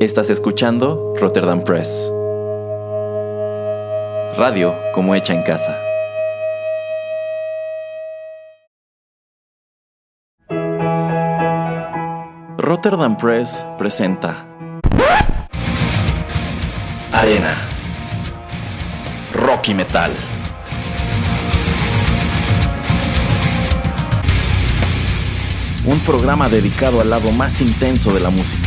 Estás escuchando Rotterdam Press. Radio como hecha en casa. Rotterdam Press presenta Arena, rock y metal. Un programa dedicado al lado más intenso de la música.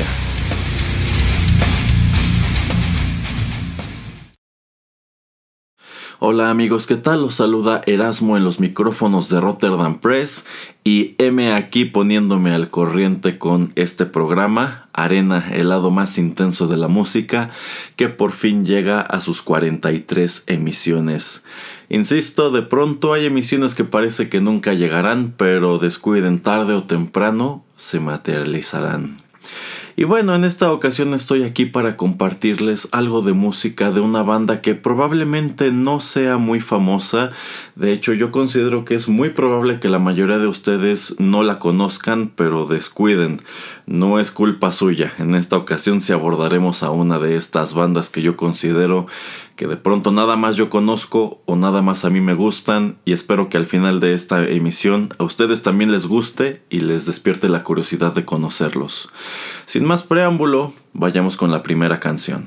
Hola amigos, ¿qué tal? Los saluda Erasmo en los micrófonos de Rotterdam Press y heme aquí poniéndome al corriente con este programa, Arena, el lado más intenso de la música, que por fin llega a sus 43 emisiones. Insisto, de pronto hay emisiones que parece que nunca llegarán, pero descuiden, tarde o temprano se materializarán. Y bueno, en esta ocasión estoy aquí para compartirles algo de música de una banda que probablemente no sea muy famosa. De hecho, yo considero que es muy probable que la mayoría de ustedes no la conozcan, pero descuiden. No es culpa suya. En esta ocasión sí abordaremos a una de estas bandas que yo considero que de pronto nada más yo conozco o nada más a mí me gustan, y espero que al final de esta emisión a ustedes también les guste y les despierte la curiosidad de conocerlos. Sin más preámbulo, vayamos con la primera canción.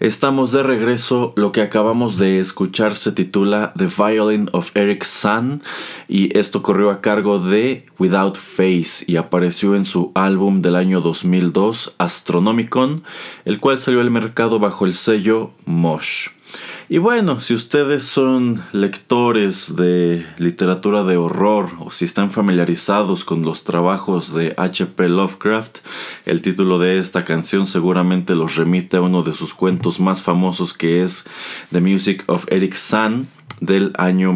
Estamos de regreso. Lo que acabamos de escuchar se titula The Violin of Eric Sun y esto corrió a cargo de Without Face y apareció en su álbum del año 2002 Astronomicon, el cual salió al mercado bajo el sello Mosh. Y bueno, si ustedes son lectores de literatura de horror o si están familiarizados con los trabajos de H.P. Lovecraft, el título de esta canción seguramente los remite a uno de sus cuentos más famosos, que es The Music of Eric Sun, del año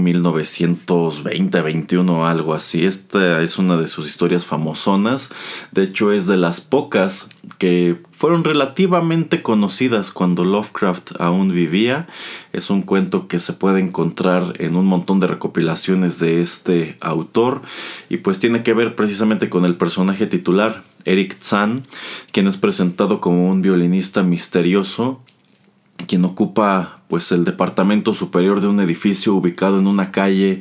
1920-21 o algo así. Esta es una de sus historias famosonas. De hecho, es de las pocas que fueron relativamente conocidas cuando Lovecraft aún vivía. Es un cuento que se puede encontrar en un montón de recopilaciones de este autor y pues tiene que ver precisamente con el personaje titular, Eric Sun, quien es presentado como un violinista misterioso quien ocupa pues el departamento superior de un edificio ubicado en una calle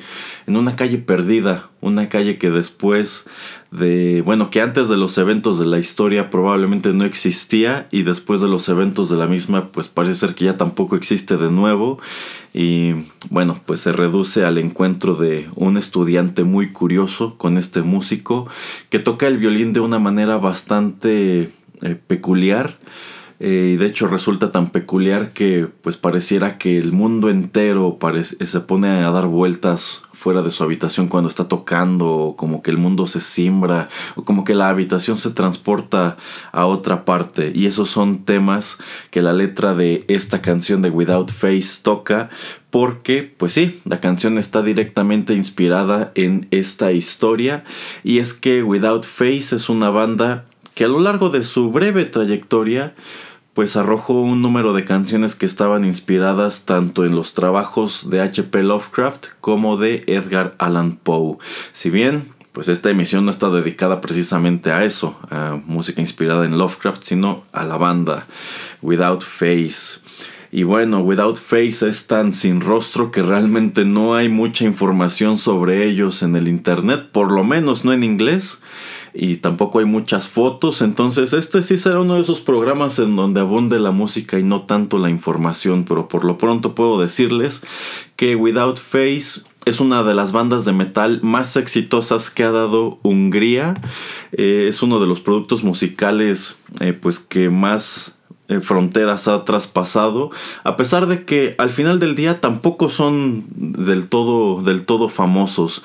perdida, una calle que después de, bueno, que antes de los eventos de la historia probablemente no existía y después de los eventos de la misma pues parece ser que ya tampoco existe de nuevo y bueno, pues se reduce al encuentro de un estudiante muy curioso con este músico que toca el violín de una manera bastante peculiar. Y de hecho resulta tan peculiar que pues pareciera que el mundo entero se pone a dar vueltas fuera de su habitación cuando está tocando, o como que el mundo se simbra, o como que la habitación se transporta a otra parte. Y esos son temas que la letra de esta canción de Without Face toca, porque pues sí, la canción está directamente inspirada en esta historia. Y es que Without Face es una banda que a lo largo de su breve trayectoria pues arrojó un número de canciones que estaban inspiradas tanto en los trabajos de H.P. Lovecraft como de Edgar Allan Poe. Si bien pues esta emisión no está dedicada precisamente a eso, a música inspirada en Lovecraft, sino a la banda Without Face. Y bueno, Without Face es tan sin rostro que realmente no hay mucha información sobre ellos en el internet, por lo menos no en inglés. Y tampoco hay muchas fotos, entonces este sí será uno de esos programas en donde abunde la música y no tanto la información, pero por lo pronto puedo decirles que Without Face es una de las bandas de metal más exitosas que ha dado Hungría. Es uno de los productos musicales pues que más fronteras ha traspasado, a pesar de que al final del día tampoco son del todo famosos.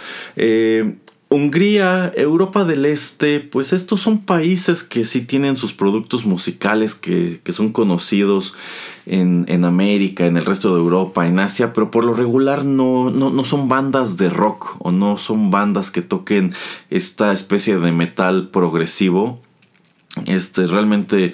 Hungría, Europa del Este, pues estos son países que sí tienen sus productos musicales que son conocidos en América, en el resto de Europa, en Asia, pero por lo regular no son bandas de rock o no son bandas que toquen esta especie de metal progresivo. Realmente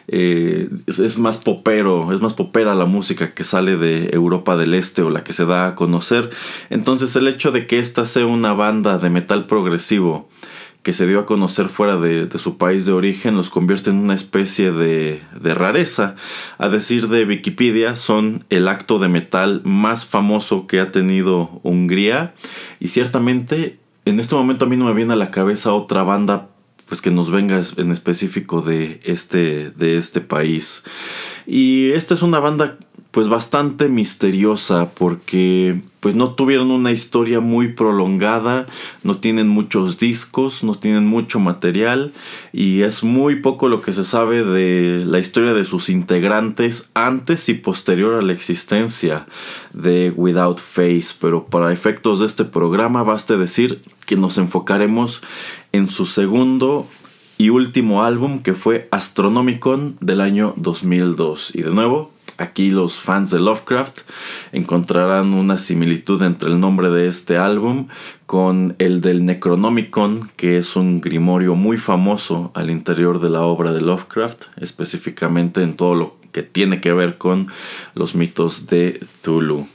es más popera la música que sale de Europa del Este o la que se da a conocer. Entonces el hecho de que esta sea una banda de metal progresivo que se dio a conocer fuera de su país de origen los convierte en una especie de rareza. A decir de Wikipedia, son el acto de metal más famoso que ha tenido Hungría, y ciertamente en este momento a mí no me viene a la cabeza otra banda pues que nos venga en específico de este país. Y esta es una banda pues bastante misteriosa porque pues no tuvieron una historia muy prolongada, no tienen muchos discos, no tienen mucho material y es muy poco lo que se sabe de la historia de sus integrantes antes y posterior a la existencia de Without Face. Pero para efectos de este programa baste decir que nos enfocaremos en su segundo y último álbum, que fue Astronomicon del año 2002. Y de nuevo, aquí los fans de Lovecraft encontrarán una similitud entre el nombre de este álbum con el del Necronomicon, que es un grimorio muy famoso al interior de la obra de Lovecraft, específicamente en todo lo que tiene que ver con los mitos de Cthulhu.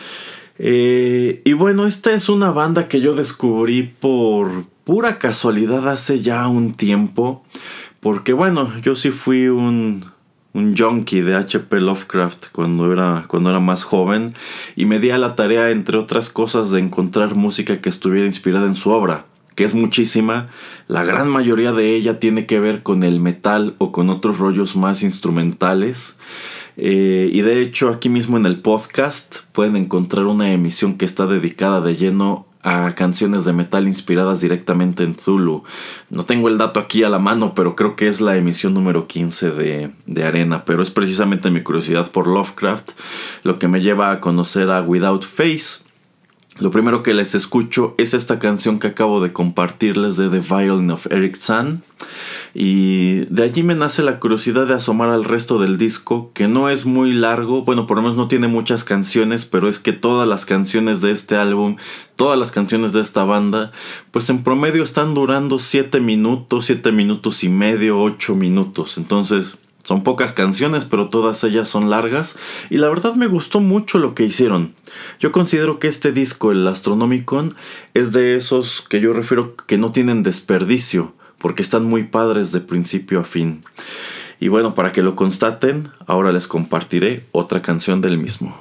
Y bueno, esta es una banda que yo descubrí por pura casualidad hace ya un tiempo, porque bueno, yo sí fui un junkie de H.P. Lovecraft cuando era más joven, y me di a la tarea, entre otras cosas, de encontrar música que estuviera inspirada en su obra, que es muchísima. La gran mayoría de ella tiene que ver con el metal o con otros rollos más instrumentales. Y de hecho aquí mismo en el podcast pueden encontrar una emisión que está dedicada de lleno a canciones de metal inspiradas directamente en Zulu. No tengo el dato aquí a la mano, pero creo que es la emisión número 15 de Arena. Pero es precisamente mi curiosidad por Lovecraft lo que me lleva a conocer a Without Face. Lo primero que les escucho es esta canción que acabo de compartirles de The Violin of Eric Zahn. Y de allí me nace la curiosidad de asomar al resto del disco, que no es muy largo, bueno, por lo menos no tiene muchas canciones, pero es que todas las canciones de este álbum, todas las canciones de esta banda, pues en promedio están durando 7 minutos, 7 minutos y medio, 8 minutos. Entonces son pocas canciones, pero todas ellas son largas, y la verdad me gustó mucho lo que hicieron. Yo considero que este disco, el Astronomicon, es de esos que yo refiero que no tienen desperdicio, porque están muy padres de principio a fin. Y bueno, para que lo constaten, ahora les compartiré otra canción del mismo.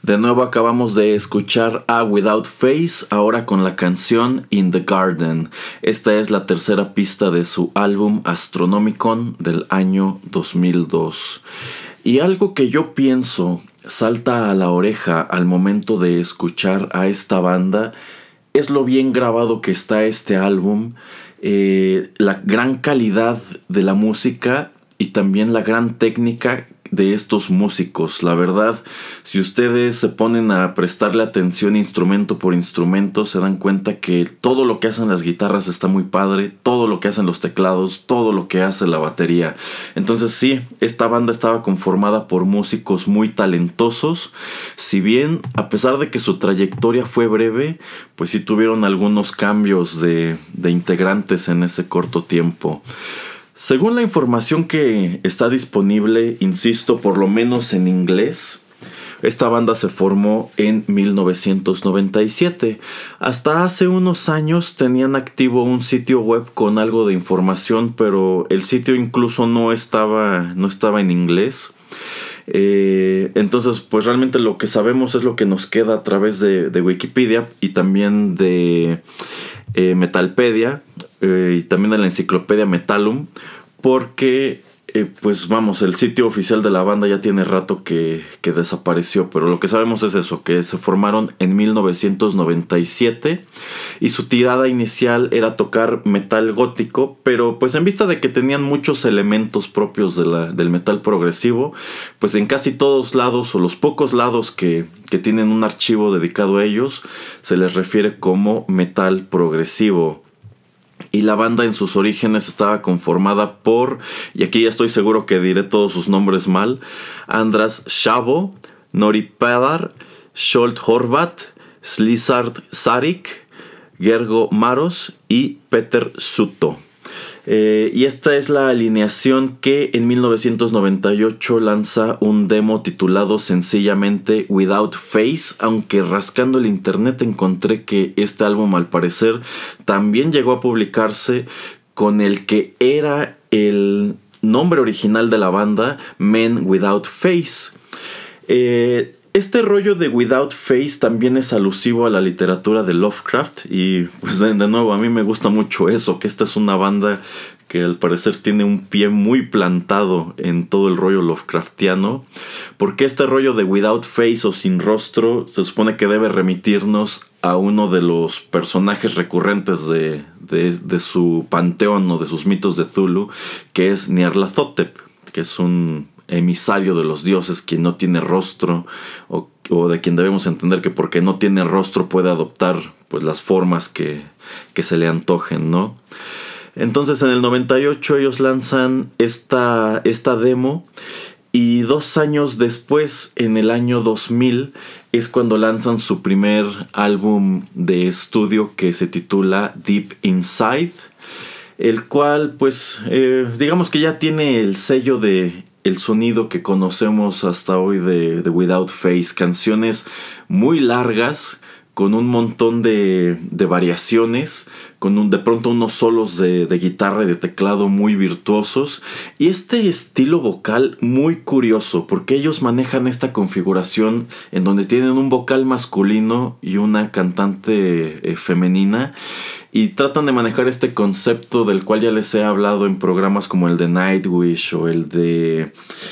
De nuevo acabamos de escuchar a Without Face, ahora con la canción In the Garden. Esta es la tercera pista de su álbum Astronomicon del año 2002. Y algo que yo pienso salta a la oreja al momento de escuchar a esta banda es lo bien grabado que está este álbum, la gran calidad de la música y también la gran técnica de estos músicos. La verdad, si ustedes se ponen a prestarle atención instrumento por instrumento, se dan cuenta que todo lo que hacen las guitarras está muy padre, todo lo que hacen los teclados, todo lo que hace la batería. Entonces sí, esta banda estaba conformada por músicos muy talentosos, si bien a pesar de que su trayectoria fue breve, pues sí tuvieron algunos cambios de integrantes en ese corto tiempo. Según la información que está disponible, insisto, por lo menos en inglés, esta banda se formó en 1997. Hasta hace unos años tenían activo un sitio web con algo de información, pero el sitio incluso no estaba en inglés. Entonces, pues realmente lo que sabemos es lo que nos queda a través de Wikipedia y también de Metalpedia. Y también de la enciclopedia Metallum, porque pues vamos, el sitio oficial de la banda ya tiene rato que desapareció, pero lo que sabemos es eso, que se formaron en 1997 y su tirada inicial era tocar metal gótico, pero pues en vista de que tenían muchos elementos propios del metal progresivo, pues en casi todos lados o los pocos lados que tienen un archivo dedicado a ellos, se les refiere como metal progresivo. Y la banda en sus orígenes estaba conformada por, y aquí ya estoy seguro que diré todos sus nombres mal, Andras Shavo, Nori Padar, Scholt Horvat, Slizard Sarik, Gergo Maros y Peter Suto. Y esta es la alineación que en 1998 lanza un demo titulado sencillamente Without Face, aunque rascando el internet encontré que este álbum al parecer también llegó a publicarse con el que era el nombre original de la banda, Men Without Face. Este rollo de Without Face también es alusivo a la literatura de Lovecraft y pues de nuevo a mí me gusta mucho eso, que esta es una banda que al parecer tiene un pie muy plantado en todo el rollo Lovecraftiano, porque este rollo de Without Face o sin rostro se supone que debe remitirnos a uno de los personajes recurrentes de su panteón o de sus mitos de Cthulhu, que es Nyarlathotep, que es un emisario de los dioses, quien no tiene rostro o de quien debemos entender que porque no tiene rostro puede adoptar pues las formas que se le antojen, ¿no? Entonces en el 98 ellos lanzan esta demo y 2 años después, en el año 2000, es cuando lanzan su primer álbum de estudio que se titula Deep Inside, el cual pues digamos que ya tiene el sello de el sonido que conocemos hasta hoy de Without Face. Canciones muy largas, con un montón de variaciones, con de pronto unos solos de guitarra y de teclado muy virtuosos, y este estilo vocal muy curioso, porque ellos manejan esta configuración en donde tienen un vocal masculino y una cantante femenina, y tratan de manejar este concepto del cual ya les he hablado en programas como el de Nightwish o el de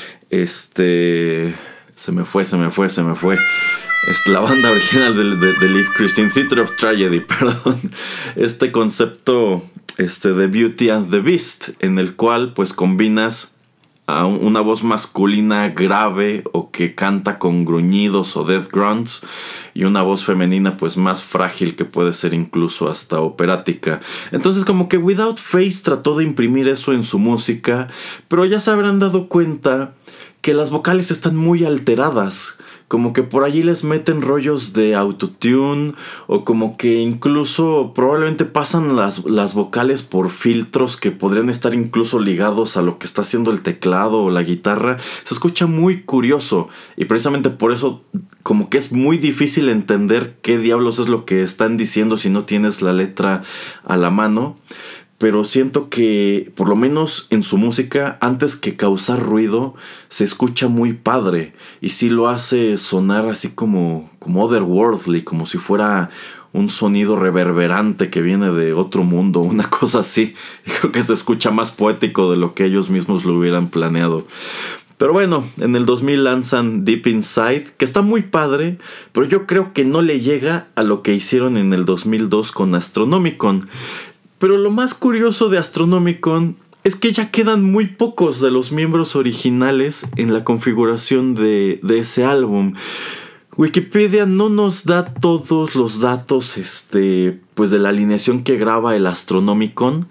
se me fue la banda original de Live Christian Theatre of Tragedy, perdón. Este concepto de Beauty and the Beast, en el cual pues combinas a una voz masculina grave o que canta con gruñidos o death grunts y una voz femenina pues más frágil que puede ser incluso hasta operática. Entonces como que Without Face trató de imprimir eso en su música, pero ya se habrán dado cuenta que las vocales están muy alteradas, como que por allí les meten rollos de autotune o como que incluso probablemente pasan las vocales por filtros que podrían estar incluso ligados a lo que está haciendo el teclado o la guitarra. Se escucha muy curioso y precisamente por eso como que es muy difícil entender qué diablos es lo que están diciendo si no tienes la letra a la mano. pero siento que, por lo menos en su música, antes que causar ruido, se escucha muy padre. Y sí lo hace sonar así como otherworldly, como si fuera un sonido reverberante que viene de otro mundo, una cosa así. Creo que se escucha más poético de lo que ellos mismos lo hubieran planeado. Pero bueno, en el 2000 lanzan Deep Inside, que está muy padre, pero yo creo que no le llega a lo que hicieron en el 2002 con Astronomicon. Pero lo más curioso de Astronomicon es que ya quedan muy pocos de los miembros originales en la configuración de ese álbum. Wikipedia no nos da todos los datos pues de la alineación que graba el Astronomicon.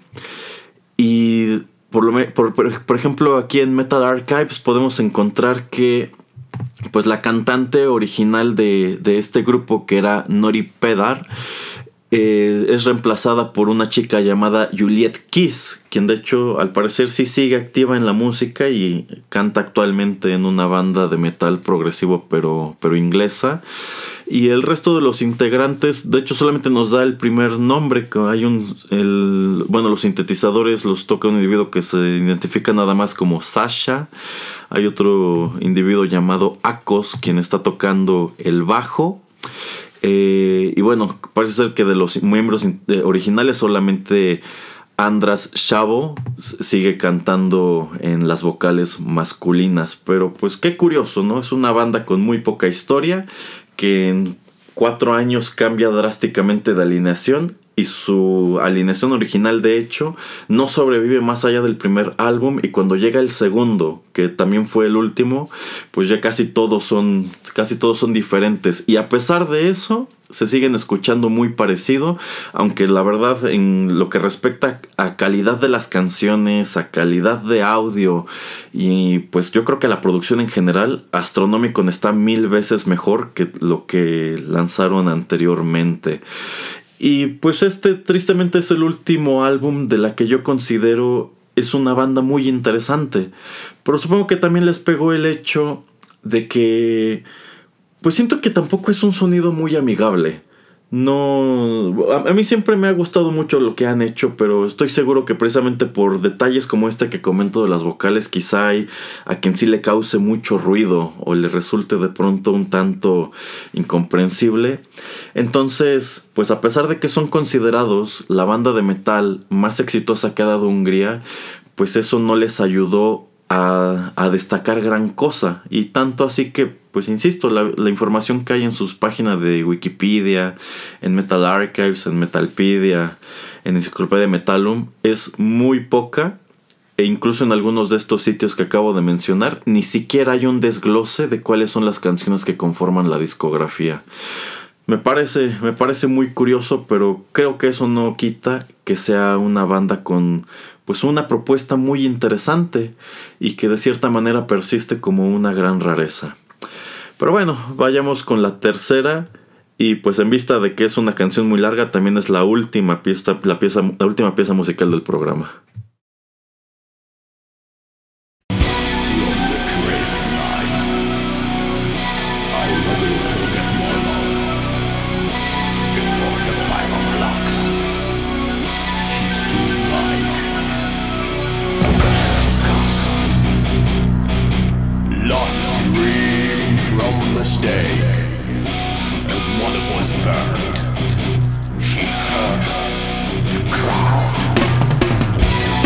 Y por ejemplo, aquí en Metal Archives podemos encontrar que pues la cantante original de este grupo, que era Nori Pedar, es reemplazada por una chica llamada Juliette Kiss, quien de hecho al parecer sí sigue activa en la música y canta actualmente en una banda de metal progresivo pero inglesa. Y el resto de los integrantes, de hecho, solamente nos da el primer nombre. Hay los sintetizadores los toca un individuo que se identifica nada más como Sasha. Hay otro individuo llamado Akos, quien está tocando el bajo. Y bueno, parece ser que de los miembros originales solamente Andras Chavo sigue cantando en las vocales masculinas. Pero pues qué curioso, ¿no? Es una banda con muy poca historia, que en 4 años cambia drásticamente de alineación. Y su alineación original, de hecho, no sobrevive más allá del primer álbum. Y cuando llega el segundo, que también fue el último, pues ya casi todos son diferentes. Y a pesar de eso, se siguen escuchando muy parecido. Aunque la verdad, en lo que respecta a calidad de las canciones, a calidad de audio, y pues yo creo que la producción en general, Astronomicon está 1000 veces mejor que lo que lanzaron anteriormente. Y pues tristemente es el último álbum de la que yo considero es una banda muy interesante. Pero supongo que también les pegó el hecho de que pues siento que tampoco es un sonido muy amigable. No, a mí siempre me ha gustado mucho lo que han hecho, pero estoy seguro que precisamente por detalles como este que comento de las vocales, quizá hay a quien sí le cause mucho ruido o le resulte de pronto un tanto incomprensible. Entonces, pues a pesar de que son considerados la banda de metal más exitosa que ha dado Hungría, pues eso no les ayudó a destacar gran cosa. Y tanto así que, pues insisto, la información que hay en sus páginas de Wikipedia, en Metal Archives, en Metalpedia, en Enciclopedia Metallum, es muy poca. E incluso en algunos de estos sitios que acabo de mencionar, ni siquiera hay un desglose de cuáles son las canciones que conforman la discografía. Me parece muy curioso, pero creo que eso no quita que sea una banda con pues una propuesta muy interesante y que de cierta manera persiste como una gran rareza. Pero bueno, vayamos con la tercera. Y pues en vista de que es una canción muy larga, también es la última pieza musical del programa. And when it was burned, she heard the crowd.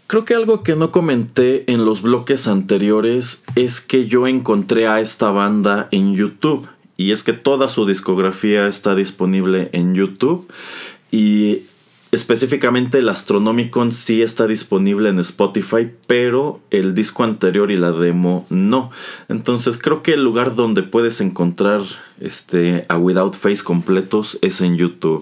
Creo que algo que no comenté en los bloques anteriores es que yo encontré a esta banda en YouTube. Y es que toda su discografía está disponible en YouTube. Y específicamente el Astronomicon sí está disponible en Spotify, pero el disco anterior y la demo no. Entonces creo que el lugar donde puedes encontrar a Without Face completos es en YouTube.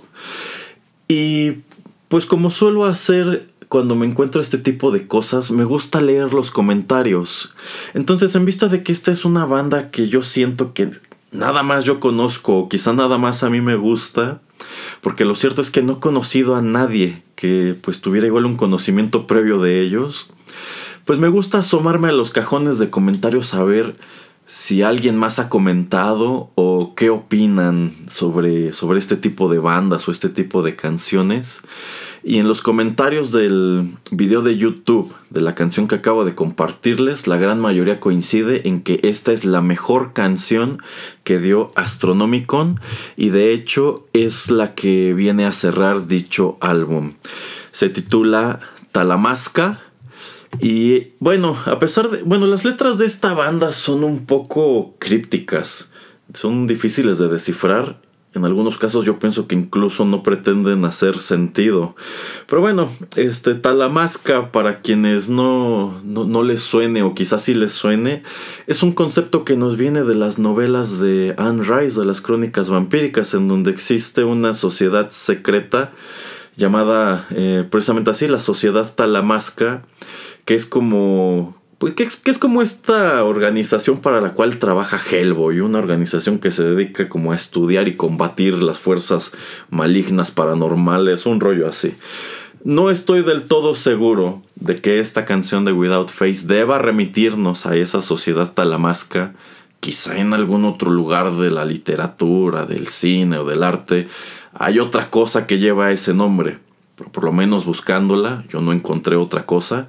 Y pues como suelo hacer cuando me encuentro este tipo de cosas, me gusta leer los comentarios. Entonces, en vista de que esta es una banda que yo siento que nada más yo conozco, o quizá nada más a mí me gusta, porque lo cierto es que no he conocido a nadie que pues tuviera igual un conocimiento previo de ellos, pues me gusta asomarme a los cajones de comentarios a ver si alguien más ha comentado o qué opinan sobre este tipo de bandas o este tipo de canciones. Y en los comentarios del video de YouTube de la canción que acabo de compartirles, la gran mayoría coincide en que esta es la mejor canción que dio Astronomicon y de hecho es la que viene a cerrar dicho álbum. Se titula Talamasca. Y bueno, a pesar de... Bueno, las letras de esta banda son un poco crípticas. Son difíciles de descifrar. En algunos casos yo pienso que incluso no pretenden hacer sentido. Pero bueno, Talamasca, para quienes no les suene o quizás sí les suene, es un concepto que nos viene de las novelas de Anne Rice, de las crónicas vampíricas, en donde existe una sociedad secreta llamada precisamente así, la Sociedad Talamasca, que es como... Pues que es como esta organización para la cual trabaja Hellboy, una organización que se dedica como a estudiar y combatir las fuerzas malignas paranormales, un rollo así. No estoy del todo seguro de que esta canción de Without Face deba remitirnos a esa sociedad talamasca. Quizá en algún otro lugar de la literatura, del cine o del arte hay otra cosa que lleva ese nombre. Pero por lo menos buscándola, yo no encontré otra cosa.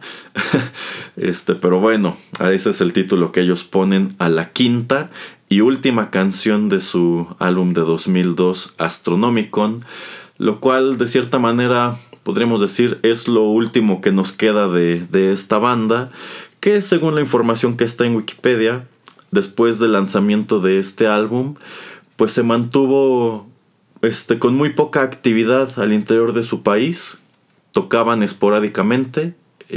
Pero bueno, ese es el título que ellos ponen a la quinta y última canción de su álbum de 2002, Astronomicon, lo cual de cierta manera podríamos decir es lo último que nos queda de esta banda, que según la información que está en Wikipedia, después del lanzamiento de este álbum, pues se mantuvo con muy poca actividad al interior de su país. Tocaban esporádicamente,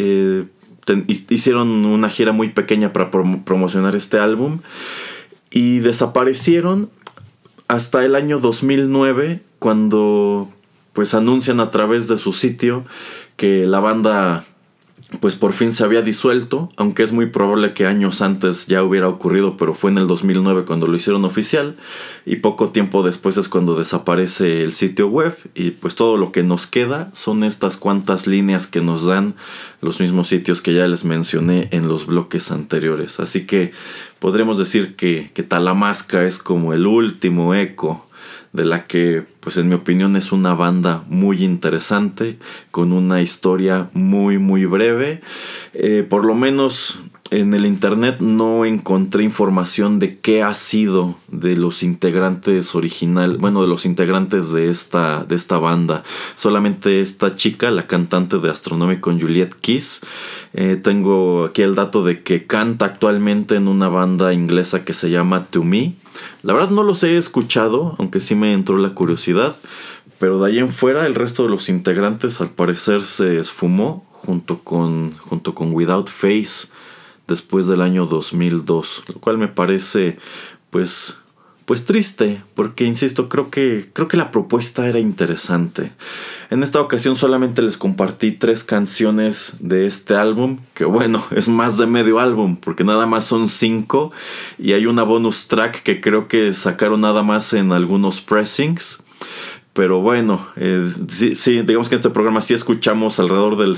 hicieron una gira muy pequeña para promocionar este álbum y desaparecieron hasta el año 2009, cuando pues anuncian a través de su sitio que la banda pues por fin se había disuelto, aunque es muy probable que años antes ya hubiera ocurrido, pero fue en el 2009 cuando lo hicieron oficial, y poco tiempo después es cuando desaparece el sitio web, y pues todo lo que nos queda son estas cuantas líneas que nos dan los mismos sitios que ya les mencioné en los bloques anteriores. Así que podremos decir que Talamasca es como el último eco de la que, pues en mi opinión, es una banda muy interesante, con una historia muy muy breve. Por lo menos en el internet no encontré información de qué ha sido de los integrantes de los integrantes de esta banda. Solamente esta chica, la cantante de Astronomicon, Juliet Keys. Tengo aquí el dato de que canta actualmente en una banda inglesa que se llama To Me. La verdad no los he escuchado, aunque sí me entró la curiosidad, pero de ahí en fuera el resto de los integrantes al parecer se esfumó junto con Without Face después del año 2002, lo cual me parece pues triste, porque insisto, creo que la propuesta era interesante. En esta ocasión solamente les compartí 3 canciones de este álbum, que bueno, es más de medio álbum, porque nada más son 5, y hay una bonus track que creo que sacaron nada más en algunos pressings. Pero bueno, sí, digamos que en este programa sí escuchamos alrededor del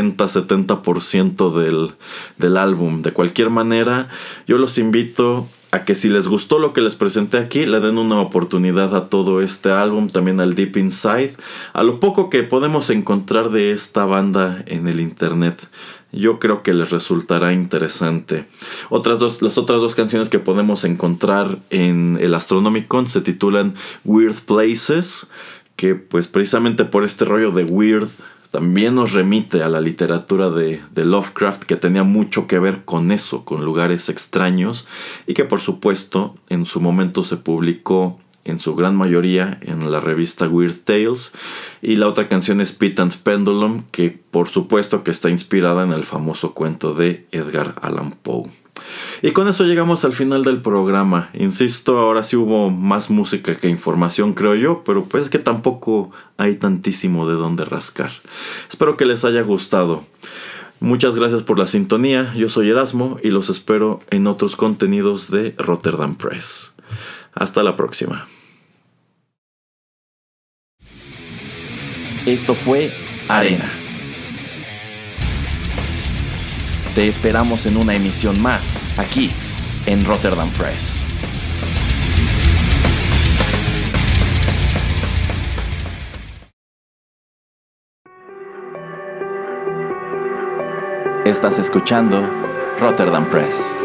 60-70% del álbum. De cualquier manera, yo los invito a que si les gustó lo que les presenté aquí, le den una oportunidad a todo este álbum, también al Deep Inside, a lo poco que podemos encontrar de esta banda en el internet. Yo creo que les resultará interesante. Las otras dos canciones que podemos encontrar en el Astronomicon se titulan Weird Places, que pues precisamente por este rollo de weird también nos remite a la literatura de Lovecraft, que tenía mucho que ver con eso, con lugares extraños, y que por supuesto en su momento se publicó en su gran mayoría en la revista Weird Tales. Y la otra canción es Pit and Pendulum, que por supuesto que está inspirada en el famoso cuento de Edgar Allan Poe. Y con eso llegamos al final del programa. Insisto, ahora sí hubo más música que información, creo yo, pero pues es que tampoco hay tantísimo de dónde rascar. Espero que les haya gustado. Muchas gracias por la sintonía. Yo soy Erasmo y los espero en otros contenidos de Rotterdam Press. Hasta la próxima. Esto fue Arena. Te esperamos en una emisión más, aquí, en Rotterdam Press. Estás escuchando Rotterdam Press.